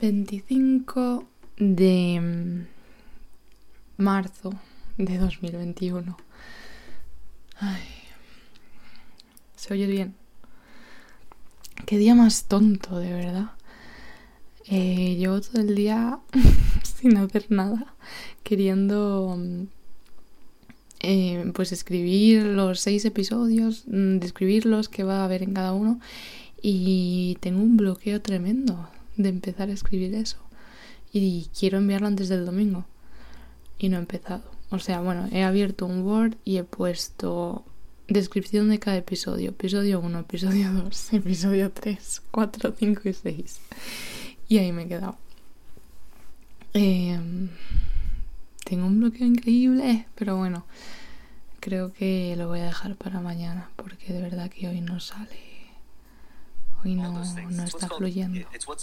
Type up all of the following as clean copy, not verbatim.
25 de marzo de 2021. Ay, ¿se oye bien? Qué día más tonto, de verdad. Llevo todo el día sin hacer nada, queriendo pues escribir los 6 episodios, describirlos que va a haber en cada uno, y tengo un bloqueo tremendo de empezar a escribir eso, y quiero enviarlo antes del domingo y no he empezado. O sea, bueno, he abierto un Word y he puesto descripción de cada episodio: episodio 1, episodio 2, episodio 3, 4, 5 y 6, y ahí me he quedado. Tengo un bloqueo increíble, pero bueno, creo que lo voy a dejar para mañana, porque de verdad que hoy no sale, hoy no está fluyendo.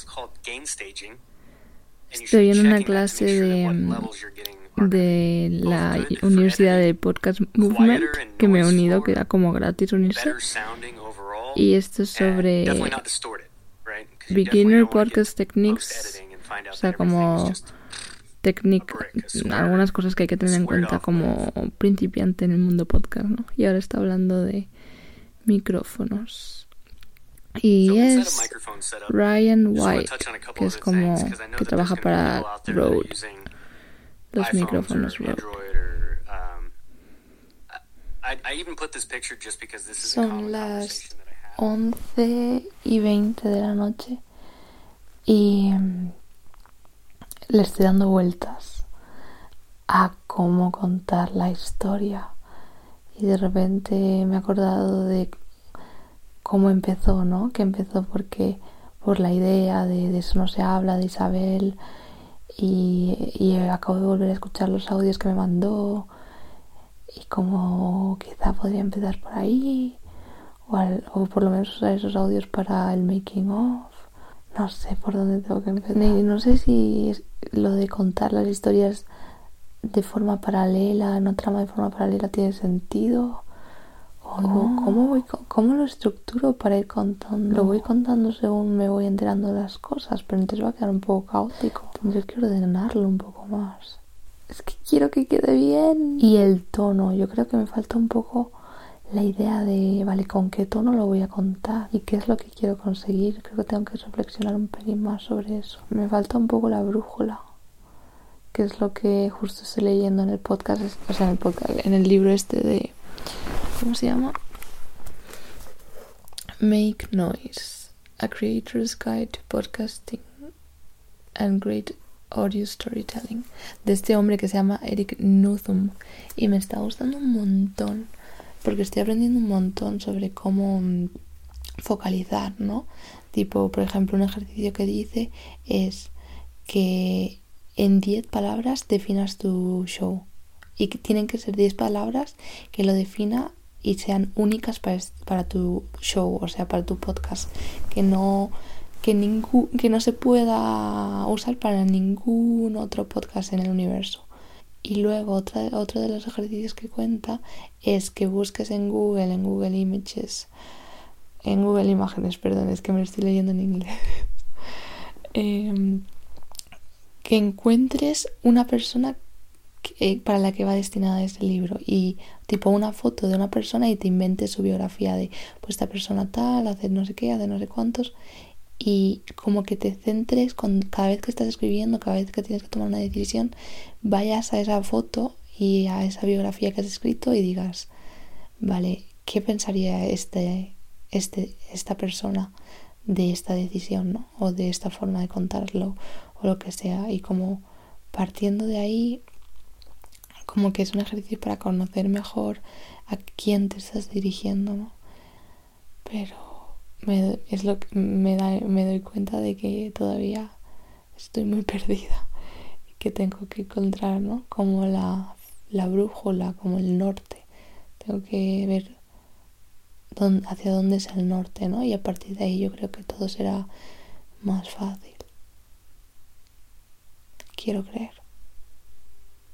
Estoy en una clase de la Universidad de Podcast Movement, que me he unido, que era como gratis unirse, y esto es sobre Beginner Podcast Techniques, o sea, como algunas cosas que hay que tener en cuenta como principiante en el mundo podcast, ¿no? Y ahora está hablando de micrófonos. Y es Ryan White, que es como que trabaja para Rode, los micrófonos Rode. Son las 11:20 de la noche y le estoy dando vueltas a cómo contar la historia, y de repente me he acordado de cómo empezó, ¿no? Que empezó por la idea de eso no se habla, de Isabel, y acabo de volver a escuchar los audios que me mandó, y como quizá podría empezar por ahí, o por lo menos usar esos audios para el making of. No sé por dónde tengo que empezar. No sé si lo de contar las historias de forma paralela, no trama de forma paralela, tiene sentido. ¿Cómo lo estructuro para ir contando? Lo voy contando según me voy enterando de las cosas, pero entonces va a quedar un poco caótico. Tendré que ordenarlo un poco más. Es que quiero que quede bien. Y el tono, yo creo que me falta un poco la idea de, vale, ¿con qué tono lo voy a contar? ¿Y qué es lo que quiero conseguir? Creo que tengo que reflexionar un pelín más sobre eso. Me falta un poco la brújula, que es lo que justo estoy leyendo en el podcast, o sea, en el libro este de, ¿cómo se llama? Make Noise, A Creator's Guide to Podcasting and Great Audio Storytelling, de este hombre que se llama Eric Nuthum, y me está gustando un montón, porque estoy aprendiendo un montón sobre cómo focalizar, ¿no? Tipo, por ejemplo, un ejercicio que dice es que en 10 palabras definas tu show, y que tienen que ser 10 palabras que lo defina y sean únicas para tu show, o sea, para tu podcast, que no se pueda usar para ningún otro podcast en el universo. Y luego otro de los ejercicios que cuenta es que busques en Google Images, en Google Imágenes, perdón, es que me lo estoy leyendo en inglés, que encuentres una persona para la que va destinada este libro, y tipo una foto de una persona, y te inventes su biografía de, pues, esta persona tal, hace no sé qué, hace no sé cuántos, y como que te centres cada vez que estás escribiendo, cada vez que tienes que tomar una decisión, vayas a esa foto y a esa biografía que has escrito y digas, vale, ¿qué pensaría esta persona de esta decisión, ¿no? O de esta forma de contarlo, o lo que sea, y como partiendo de ahí, como que es un ejercicio para conocer mejor a quién te estás dirigiendo, ¿no? Pero me doy cuenta de que todavía estoy muy perdida, y que tengo que encontrar, ¿no? Como la brújula, como el norte. Tengo que ver hacia dónde es el norte, ¿no? Y a partir de ahí yo creo que todo será más fácil. Quiero creer.